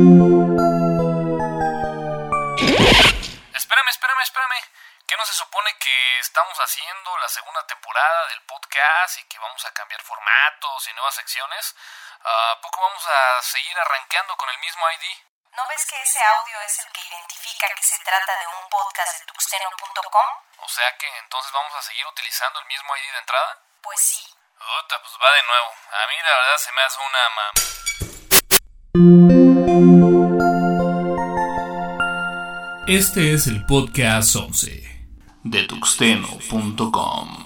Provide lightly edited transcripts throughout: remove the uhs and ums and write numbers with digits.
Espérame. ¿Qué no se supone que estamos haciendo la segunda temporada del podcast y que vamos a cambiar formatos y nuevas secciones? ¿A poco vamos a seguir arranqueando con el mismo ID? ¿No ves que ese audio es el que identifica que se trata de un podcast de tuxteno.com? O sea que entonces vamos a seguir utilizando el mismo ID de entrada. Pues sí. Pues va de nuevo. A mí la verdad se me hace una Este es el podcast 11 de tuxteno.com.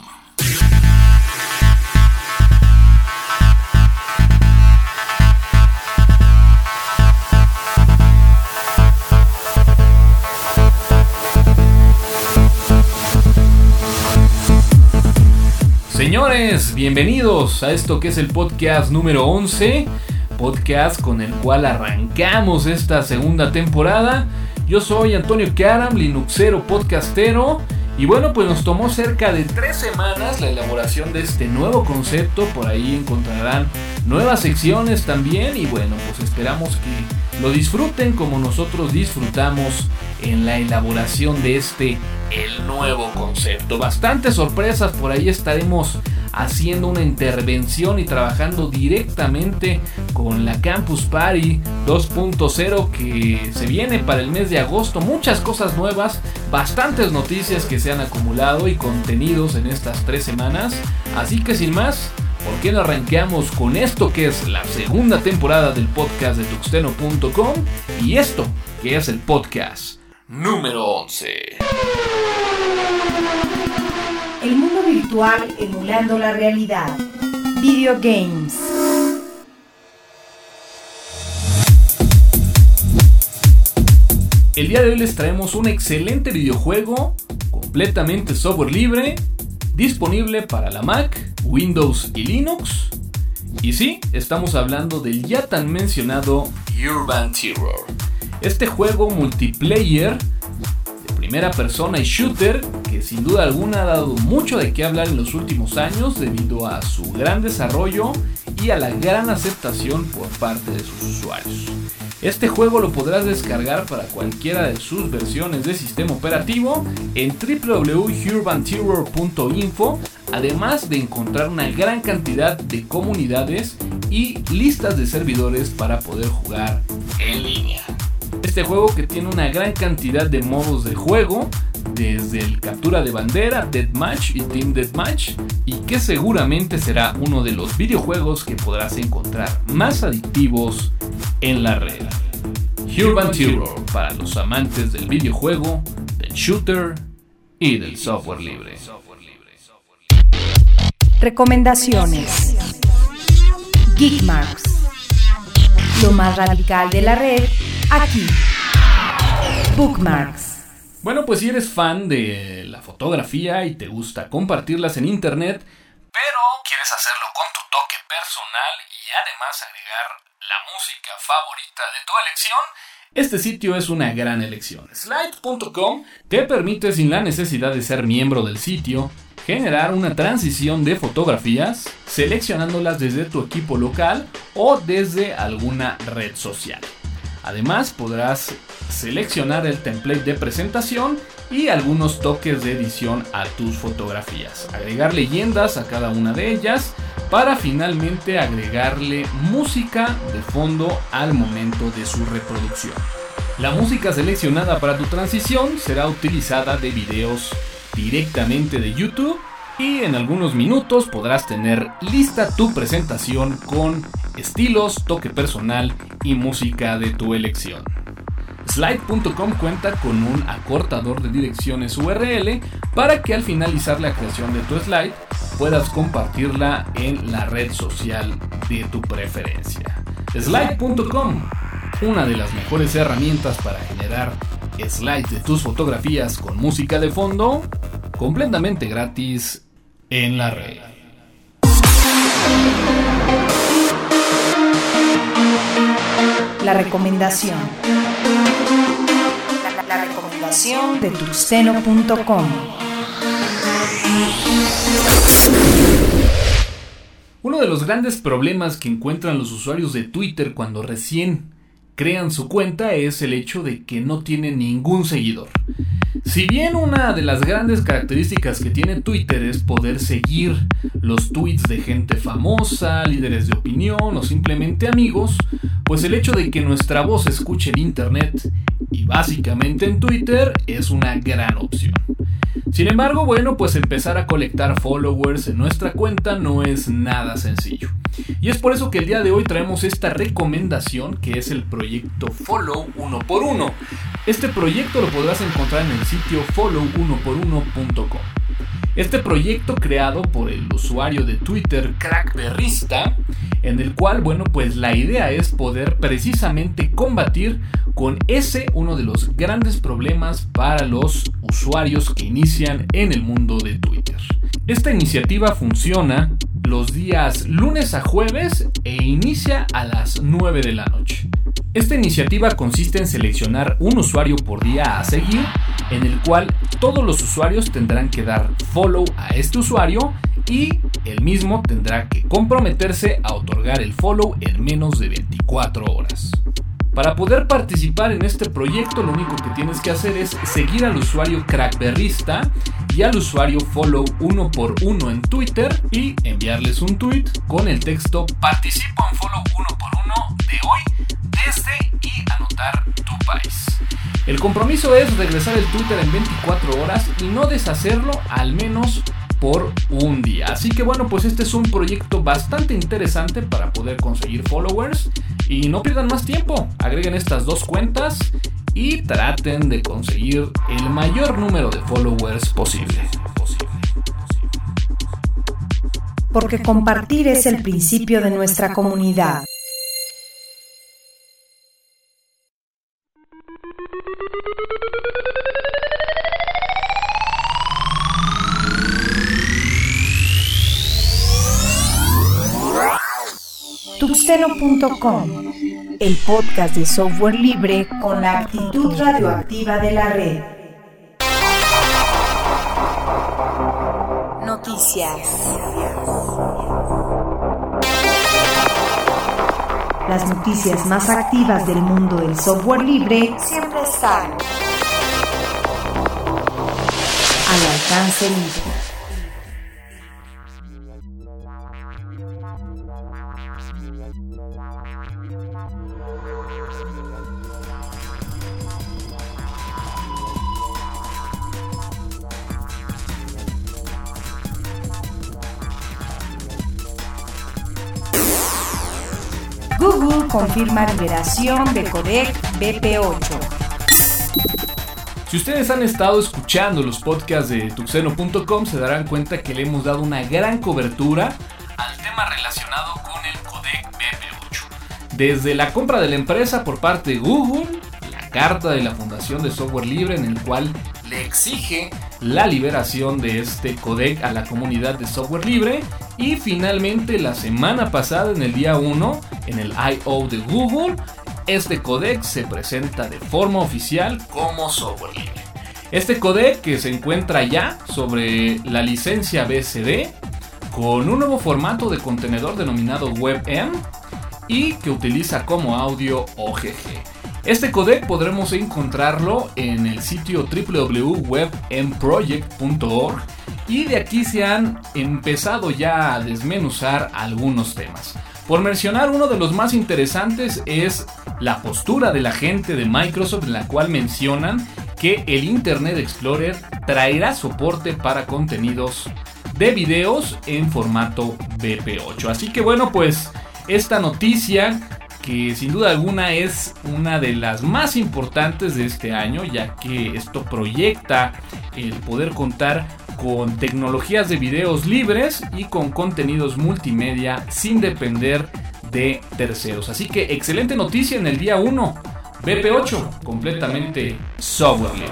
Señores, bienvenidos a esto que es el podcast número 11, podcast con el cual arrancamos esta segunda temporada. Yo soy Antonio Karam, linuxero podcastero, y bueno, pues nos tomó cerca de 3 semanas la elaboración de este nuevo concepto. Por ahí encontrarán nuevas secciones también, y bueno, pues esperamos que lo disfruten como nosotros disfrutamos en la elaboración de el nuevo concepto. Bastantes sorpresas, por ahí estaremos haciendo una intervención y trabajando directamente con la Campus Party 2.0 que se viene para el mes de agosto. Muchas cosas nuevas, bastantes noticias que se han acumulado y contenidos en estas 3 semanas. Así que sin más, ¿por qué no arranqueamos con esto que es la segunda temporada del podcast de tuxteno.com? Y esto que es el podcast número 11. El mundo virtual emulando la realidad. Video games. El día de hoy les traemos un excelente videojuego completamente software libre, disponible para la Mac, Windows y Linux. Y sí, estamos hablando del ya tan mencionado Urban Terror. Este juego multiplayer de primera persona y shooter que sin duda alguna ha dado mucho de qué hablar en los últimos años debido a su gran desarrollo y a la gran aceptación por parte de sus usuarios. Este juego lo podrás descargar para cualquiera de sus versiones de sistema operativo en www.urbanterror.info, además de encontrar una gran cantidad de comunidades y listas de servidores para poder jugar en línea. Este juego que tiene una gran cantidad de modos de juego, desde el captura de bandera, Deathmatch y Team Deathmatch, y que seguramente será uno de los videojuegos que podrás encontrar más adictivos en la red. Urban Terror para los amantes del videojuego, del shooter y del software libre. Recomendaciones. Geekmarks. Lo más radical de la red, aquí. Bookmarks. Bueno, pues si eres fan de la fotografía y te gusta compartirlas en internet, pero quieres hacerlo con tu toque personal y además agregar la música favorita de tu elección, este sitio es una gran elección. Slide.com te permite, sin la necesidad de ser miembro del sitio, generar una transición de fotografías seleccionándolas desde tu equipo local o desde alguna red social. Además podrás seleccionar el template de presentación y algunos toques de edición a tus fotografías, agregar leyendas a cada una de ellas para finalmente agregarle música de fondo al momento de su reproducción. La música seleccionada para tu transición será utilizada de videos directamente de YouTube y en algunos minutos podrás tener lista tu presentación con estilos, toque personal y música de tu elección. Slide.com cuenta con un acortador de direcciones URL para que al finalizar la creación de tu slide puedas compartirla en la red social de tu preferencia. Slide.com, una de las mejores herramientas para generar slides de tus fotografías con música de fondo, completamente gratis en la red. La recomendación. La recomendación de tuxteno.com. Uno de los grandes problemas que encuentran los usuarios de Twitter cuando recién crean su cuenta es el hecho de que no tienen ningún seguidor. Si bien una de las grandes características que tiene Twitter es poder seguir los tweets de gente famosa, líderes de opinión o simplemente amigos, pues el hecho de que nuestra voz se escuche en internet y básicamente en Twitter es una gran opción. Sin embargo, bueno, pues empezar a colectar followers en nuestra cuenta no es nada sencillo. Y es por eso que el día de hoy traemos esta recomendación que es el proyecto Follow 1x1. Este proyecto lo podrás encontrar en el sitio follow1x1.com. Este proyecto creado por el usuario de Twitter Crackberrista, en el cual, bueno, pues la idea es poder precisamente combatir con uno de los grandes problemas para los usuarios que inician en el mundo de Twitter. Esta iniciativa funciona los días lunes a jueves e inicia a las 9 de la noche. Esta iniciativa consiste en seleccionar un usuario por día a seguir, en el cual todos los usuarios tendrán que dar follow a este usuario y el mismo tendrá que comprometerse a otorgar el follow en menos de 24 horas. Para poder participar en este proyecto, lo único que tienes que hacer es seguir al usuario Crackberrista y al usuario Follow 1x1 en Twitter y enviarles un tweet con el texto "Participo en Follow 1x1 de hoy desde" y anotar tu país. El compromiso es regresar el Twitter en 24 horas y no deshacerlo al menos por un día. Así que bueno, pues este es un proyecto bastante interesante para poder conseguir followers y no pierdan más tiempo. Agreguen estas dos cuentas y traten de conseguir el mayor número de followers posible. Porque compartir es el principio de nuestra comunidad. Tuxteno.com, el podcast de software libre con la actitud radioactiva de la red. Noticias. Las noticias más activas del mundo del software libre siempre están al alcance libre. Google confirma liberación de codec BP8. Si ustedes han estado escuchando los podcasts de Tuxteno.com, se darán cuenta que le hemos dado una gran cobertura al tema relacionado con el codec BP8. Desde la compra de la empresa por parte de Google, la carta de la Fundación de Software Libre en el cual le exige la liberación de este codec a la comunidad de software libre, y finalmente la semana pasada, en el día 1, en el I.O. de Google, este codec se presenta de forma oficial como software libre. Este codec que se encuentra ya sobre la licencia BSD con un nuevo formato de contenedor denominado WebM y que utiliza como audio OGG. Este codec podremos encontrarlo en el sitio www.webmproject.org y de aquí se han empezado ya a desmenuzar algunos temas. Por mencionar uno de los más interesantes es la postura de la gente de Microsoft, en la cual mencionan que el Internet Explorer traerá soporte para contenidos de videos en formato BP8. Así que bueno, pues esta noticia, que sin duda alguna es una de las más importantes de este año, ya que esto proyecta el poder contar con tecnologías de videos libres y con contenidos multimedia sin depender de terceros. Así que excelente noticia en el día 1, BP8 completamente software libre.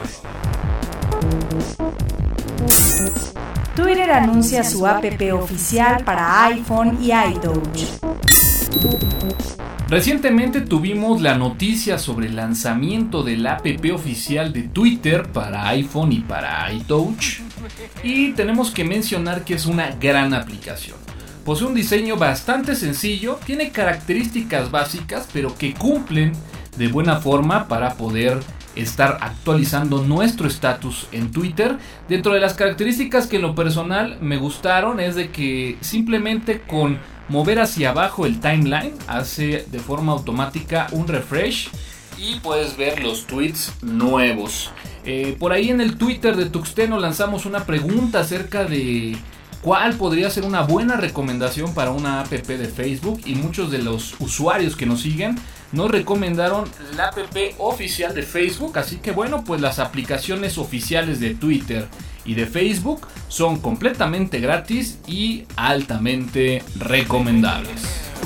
Twitter anuncia su app oficial para iPhone y iTouch. Recientemente tuvimos la noticia sobre el lanzamiento del app oficial de Twitter para iPhone y para iTouch, y tenemos que mencionar que es una gran aplicación. Posee un diseño bastante sencillo, tiene características básicas pero que cumplen de buena forma para poder estar actualizando nuestro estatus en Twitter. Dentro de las características que en lo personal me gustaron es de que simplemente con mover hacia abajo el timeline hace de forma automática un refresh y puedes ver los tweets nuevos. Por ahí en el Twitter de Tuxteno lanzamos una pregunta acerca de cuál podría ser una buena recomendación para una app de Facebook, y muchos de los usuarios que nos siguen nos recomendaron la app oficial de Facebook. Así que bueno, pues las aplicaciones oficiales de Twitter y de Facebook son completamente gratis y altamente recomendables.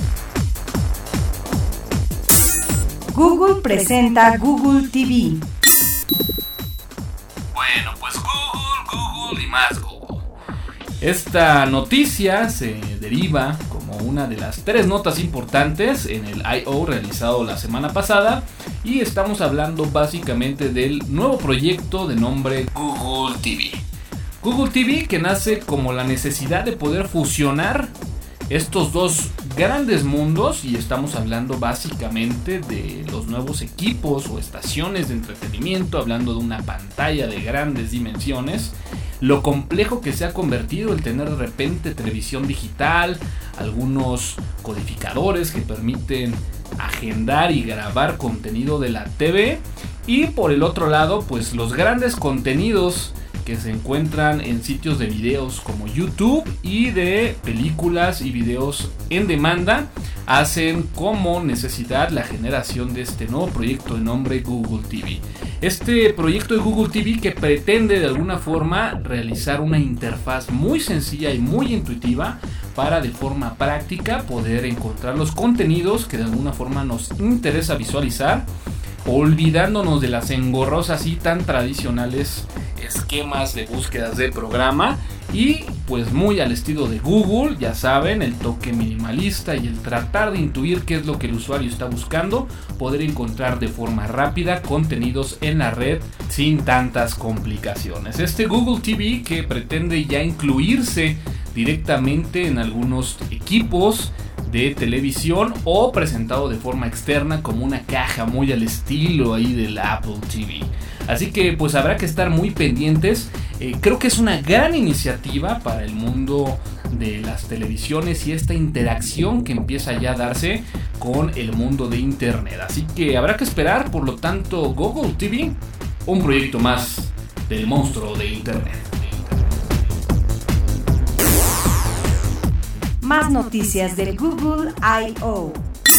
Google presenta Google TV. Bueno, pues Google y más Google. Esta noticia se deriva como una de las 3 notas importantes en el I.O. realizado la semana pasada, y estamos hablando básicamente del nuevo proyecto de nombre Google TV. Google TV, que nace como la necesidad de poder fusionar estos dos grandes mundos, y estamos hablando básicamente de los nuevos equipos o estaciones de entretenimiento, hablando de una pantalla de grandes dimensiones, lo complejo que se ha convertido el tener de repente televisión digital, algunos codificadores que permiten agendar y grabar contenido de la TV, y por el otro lado pues los grandes contenidos que se encuentran en sitios de videos como YouTube y de películas y videos en demanda, hacen como necesidad la generación de este nuevo proyecto de nombre Google TV. Este proyecto de Google TV que pretende de alguna forma realizar una interfaz muy sencilla y muy intuitiva para de forma práctica poder encontrar los contenidos que de alguna forma nos interesa visualizar, olvidándonos de las engorrosas y tan tradicionales esquemas de búsquedas de programa, y pues muy al estilo de Google, ya saben, el toque minimalista y el tratar de intuir qué es lo que el usuario está buscando, poder encontrar de forma rápida contenidos en la red sin tantas complicaciones. Este Google TV que pretende ya incluirse directamente en algunos equipos de televisión o presentado de forma externa como una caja muy al estilo ahí del Apple TV. Así que pues habrá que estar muy pendientes. Creo que es una gran iniciativa para el mundo de las televisiones y esta interacción que empieza ya a darse con el mundo de internet. Así que habrá que esperar, por lo tanto, Google TV, un proyecto más del monstruo de internet. Más noticias del Google I.O.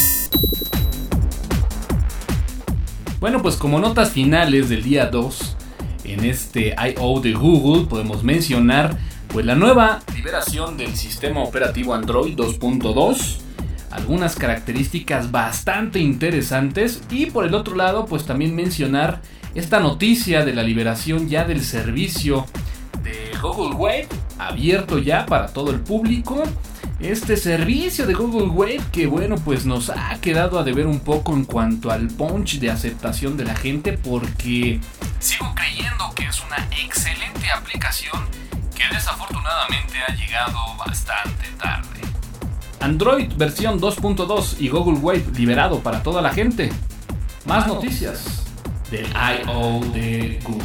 Bueno, pues como notas finales del día 2 en este I.O. de Google podemos mencionar pues la nueva liberación del sistema operativo Android 2.2, algunas características bastante interesantes, y por el otro lado pues también mencionar esta noticia de la liberación ya del servicio de Google Wave, abierto ya para todo el público. Este servicio de Google Wave que bueno pues nos ha quedado a deber un poco en cuanto al punch de aceptación de la gente, porque sigo creyendo que es una excelente aplicación que desafortunadamente ha llegado bastante tarde. Android versión 2.2 y Google Wave liberado para toda la gente. Más noticias del I.O. de Google.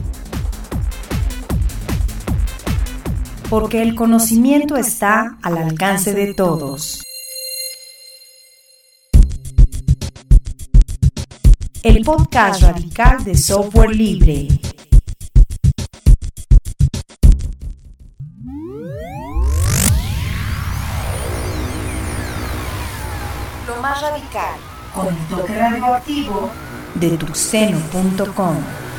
Porque el conocimiento está al alcance de todos. El podcast radical de software libre. Lo más radical, con el toque radioactivo de tuxteno.com.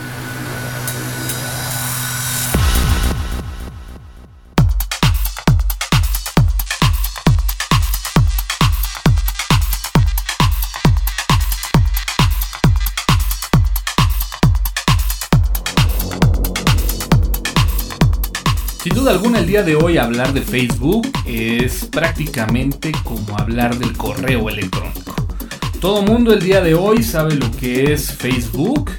Sin duda alguna, el día de hoy hablar de Facebook es prácticamente como hablar del correo electrónico. Todo mundo el día de hoy sabe lo que es Facebook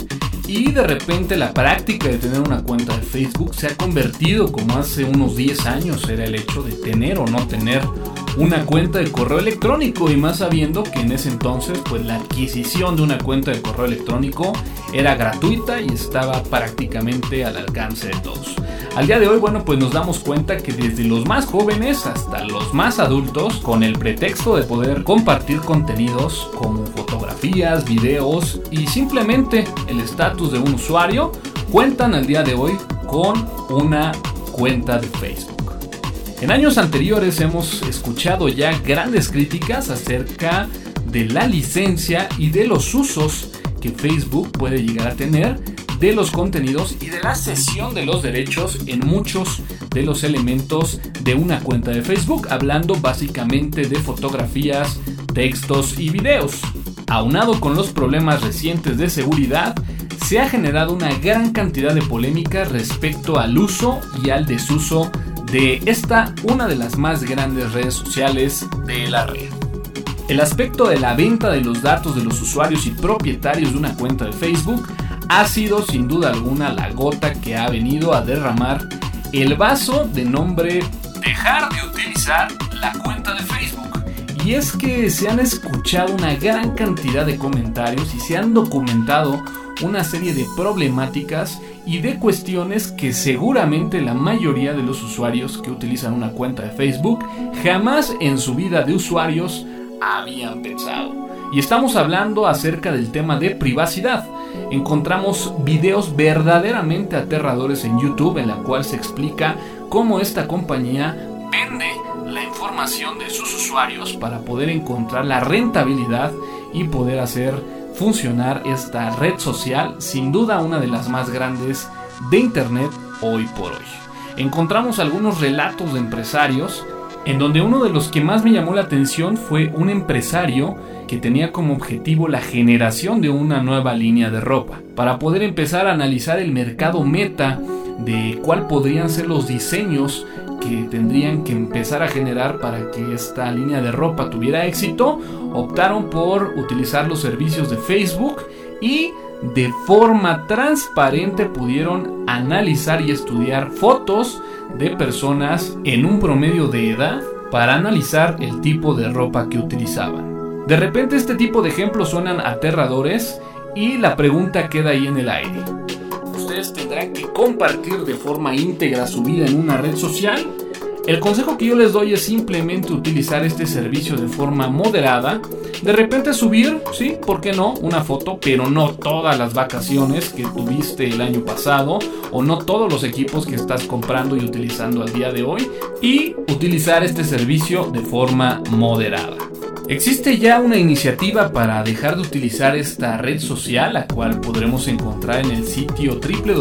y de repente la práctica de tener una cuenta de Facebook se ha convertido, como hace unos 10 años era el hecho de tener o no tener una cuenta de correo electrónico, y más sabiendo que en ese entonces pues la adquisición de una cuenta de correo electrónico era gratuita y estaba prácticamente al alcance de todos. Al día de hoy, bueno, pues nos damos cuenta que desde los más jóvenes hasta los más adultos, con el pretexto de poder compartir contenidos como fotografías, videos y simplemente el estatus de un usuario, cuentan al día de hoy con una cuenta de Facebook. En años anteriores hemos escuchado ya grandes críticas acerca de la licencia y de los usos que Facebook puede llegar a tener de los contenidos y de la cesión de los derechos en muchos de los elementos de una cuenta de Facebook, hablando básicamente de fotografías, textos y videos. Aunado con los problemas recientes de seguridad, se ha generado una gran cantidad de polémica respecto al uso y al desuso de esta, una de las más grandes redes sociales de la red. El aspecto de la venta de los datos de los usuarios y propietarios de una cuenta de Facebook ha sido sin duda alguna la gota que ha venido a derramar el vaso de nombre dejar de utilizar la cuenta de Facebook. Y es que se han escuchado una gran cantidad de comentarios y se han documentado una serie de problemáticas y de cuestiones que seguramente la mayoría de los usuarios que utilizan una cuenta de Facebook jamás en su vida de usuarios habían pensado. Y estamos hablando acerca del tema de privacidad. Encontramos videos verdaderamente aterradores en YouTube en la cual se explica cómo esta compañía vende la información de sus usuarios para poder encontrar la rentabilidad y poder hacer funcionar esta red social, sin duda una de las más grandes de internet hoy por hoy. Encontramos algunos relatos de empresarios en donde uno de los que más me llamó la atención fue un empresario que tenía como objetivo la generación de una nueva línea de ropa, para poder empezar a analizar el mercado meta de cuál podrían ser los diseños que tendrían que empezar a generar para que esta línea de ropa tuviera éxito. Optaron por utilizar los servicios de Facebook y de forma transparente pudieron analizar y estudiar fotos de personas en un promedio de edad para analizar el tipo de ropa que utilizaban. De repente este tipo de ejemplos suenan aterradores y la pregunta queda ahí en el aire. ¿Ustedes tendrán que compartir de forma íntegra su vida en una red social? El consejo que yo les doy es simplemente utilizar este servicio de forma moderada. De repente subir, sí, ¿por qué no? Una foto, pero no todas las vacaciones que tuviste el año pasado o no todos los equipos que estás comprando y utilizando al día de hoy, y utilizar este servicio de forma moderada. Existe ya una iniciativa para dejar de utilizar esta red social, la cual podremos encontrar en el sitio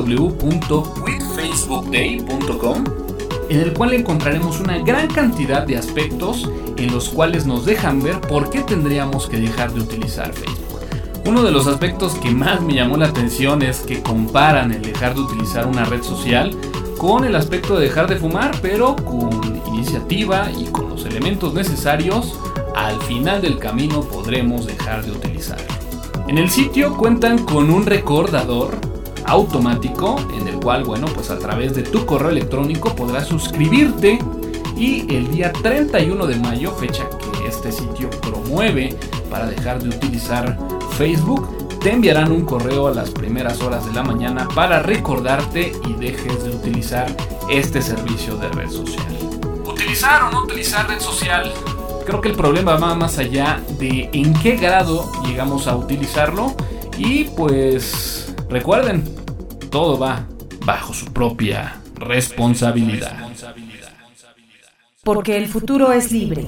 www.quitfacebookday.com, en el cual encontraremos una gran cantidad de aspectos en los cuales nos dejan ver por qué tendríamos que dejar de utilizar Facebook. Uno de los aspectos que más me llamó la atención es que comparan el dejar de utilizar una red social con el aspecto de dejar de fumar, pero con iniciativa y con los elementos necesarios, al final del camino podremos dejar de utilizarlo. En el sitio cuentan con un recordador automático en el cual, bueno, pues a través de tu correo electrónico podrás suscribirte, y el día 31 de mayo, fecha que este sitio promueve para dejar de utilizar Facebook, te enviarán un correo a las primeras horas de la mañana para recordarte y dejes de utilizar este servicio de red social. ¿Utilizar o no utilizar red social? Creo que el problema va más allá de en qué grado llegamos a utilizarlo, y pues recuerden, todo va bajo su propia responsabilidad. Porque el futuro es libre.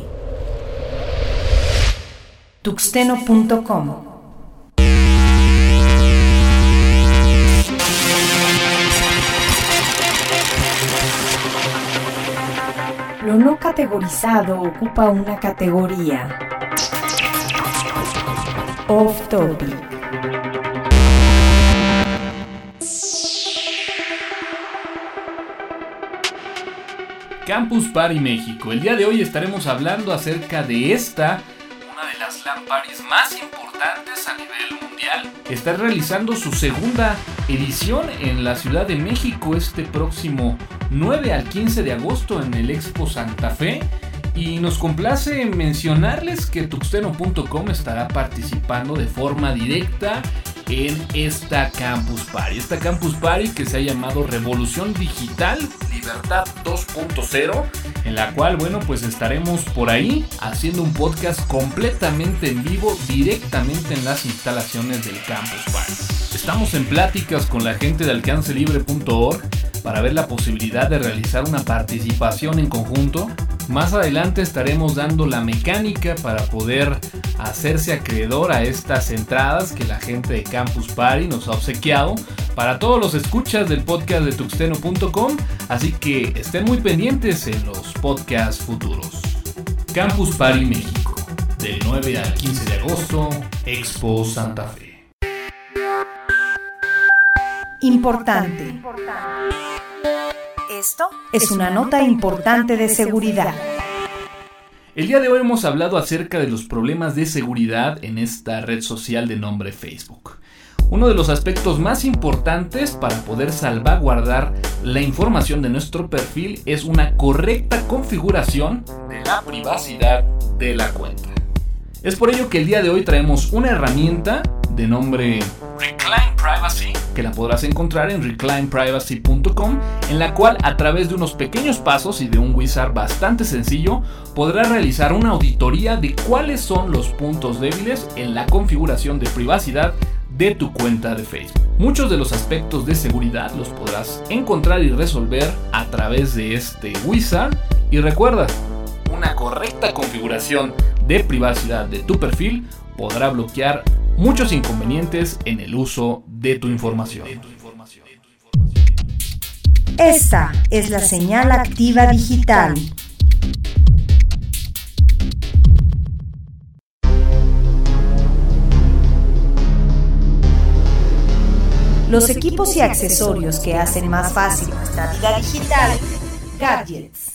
Tuxteno.com. Lo no categorizado ocupa una categoría. Off Topic. Campus Party México. El día de hoy estaremos hablando acerca de esta, una de las LAN parties más importantes a nivel mundial, está realizando su segunda edición en la Ciudad de México este próximo 9 al 15 de agosto en el Expo Santa Fe. Y nos complace mencionarles que tuxteno.com estará participando de forma directa en esta Campus Party. Esta Campus Party que se ha llamado Revolución Digital Libertad 2.0, en la cual, bueno, pues estaremos por ahí haciendo un podcast completamente en vivo, directamente en las instalaciones del Campus Party. Estamos en pláticas con la gente de alcancelibre.org para ver la posibilidad de realizar una participación en conjunto. Más adelante estaremos dando la mecánica para poder hacerse acreedor a estas entradas que la gente de Campus Party nos ha obsequiado para todos los escuchas del podcast de tuxteno.com, así que estén muy pendientes en los podcasts futuros. Campus Party México, del 9 al 15 de agosto, Expo Santa Fe. Importante. Esto es una nota importante de seguridad. El día de hoy hemos hablado acerca de los problemas de seguridad en esta red social de nombre Facebook. Uno de los aspectos más importantes para poder salvaguardar la información de nuestro perfil es una correcta configuración de la privacidad de la cuenta. Es por ello que el día de hoy traemos una herramienta de nombre Reclaim Privacy, que la podrás encontrar en reclaimprivacy.com, en la cual a través de unos pequeños pasos y de un wizard bastante sencillo podrás realizar una auditoría de cuáles son los puntos débiles en la configuración de privacidad de tu cuenta de Facebook. Muchos de los aspectos de seguridad los podrás encontrar y resolver a través de este wizard, y recuerda, una correcta configuración de privacidad de tu perfil podrá bloquear muchos inconvenientes en el uso de tu información. Esta es la señal activa digital. Los equipos y accesorios que hacen más fácil nuestra vida digital, gadgets.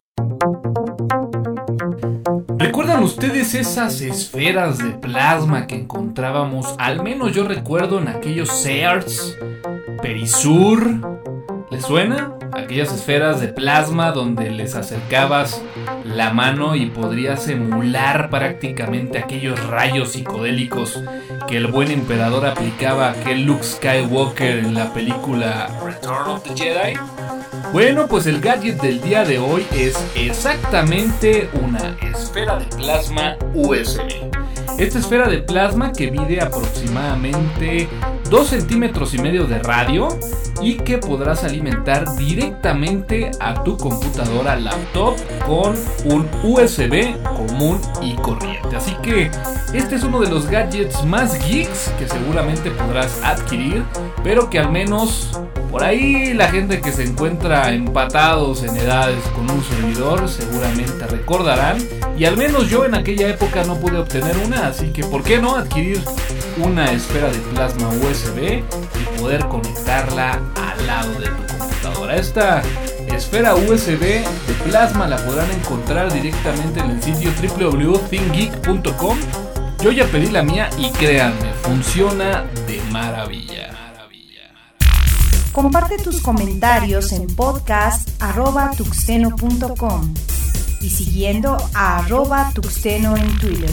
¿Recuerdan ustedes esas esferas de plasma que encontrábamos, al menos yo recuerdo, en aquellos Sears, Perisur? ¿Les suena? Aquellas esferas de plasma donde les acercabas la mano y podrías emular prácticamente aquellos rayos psicodélicos que el buen emperador aplicaba a aquel Luke Skywalker en la película Return of the Jedi. Bueno, pues el gadget del día de hoy es exactamente una esfera de plasma USB. Esta esfera de plasma que mide aproximadamente 2,5 centímetros de radio y que podrás alimentar directamente a tu computadora laptop con un USB común y corriente. Así que este es uno de los gadgets más geeks que seguramente podrás adquirir, pero que al menos por ahí la gente que se encuentra empatados en edades con un servidor seguramente recordarán, y al menos yo en aquella época no pude obtener una, así que ¿por qué no adquirir una esfera de plasma USB y poder conectarla al lado de tu computadora? Esta esfera USB de plasma la podrán encontrar directamente en el sitio www.thingeek.com. Yo ya pedí la mía y créanme, funciona de maravilla. Comparte tus comentarios en podcast@tuxteno.com y siguiendo a @tuxteno en Twitter.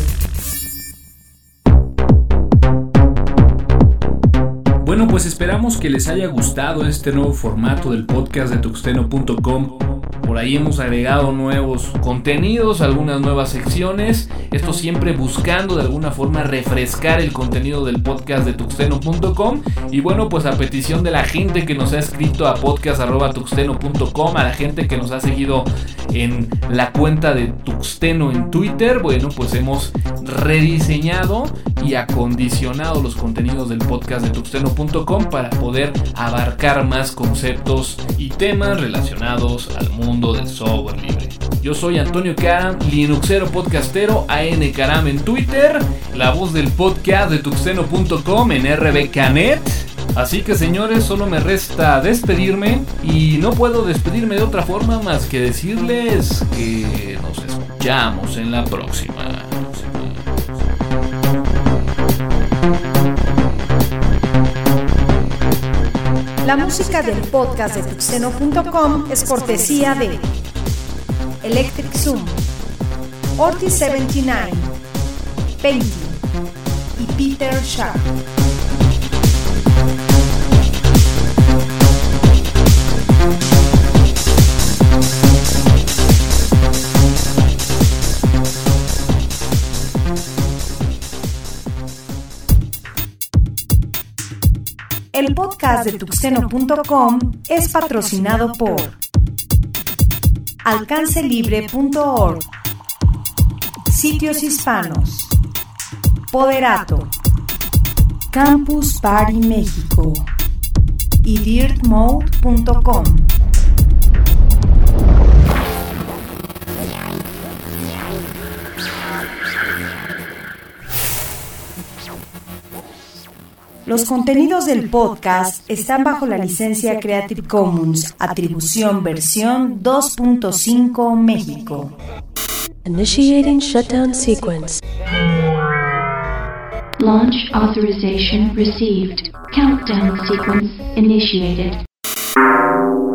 Bueno, pues esperamos que les haya gustado este nuevo formato del podcast de tuxteno.com. Por ahí hemos agregado nuevos contenidos, algunas nuevas secciones. Esto siempre buscando de alguna forma refrescar el contenido del podcast de tuxteno.com. Y bueno, pues a petición de la gente que nos ha escrito a podcast@tuxteno.com, a la gente que nos ha seguido en la cuenta de Tuxteno en Twitter, bueno, pues hemos rediseñado y acondicionado los contenidos del podcast de tuxteno.com para poder abarcar más conceptos y temas relacionados al mundo del software libre. Yo soy Antonio Karam, Linuxero Podcastero, AN Karam en Twitter, la voz del podcast de tuxteno.com en RBKnet. Así que señores, solo me resta despedirme, y no puedo despedirme de otra forma más que decirles que nos escuchamos en la próxima. La música del podcast de tuxteno.com es cortesía de Electric Zoom, Ortiz 79, Painting y Peter Sharp. El podcast de tuxteno.com es patrocinado por alcancelibre.org, Sitios Hispanos, Poderato, Campus Party México y dirtmode.com. Los contenidos del podcast están bajo la licencia Creative Commons, atribución versión 2.5 México. Initiating shutdown sequence. Launch authorization received. Countdown sequence initiated.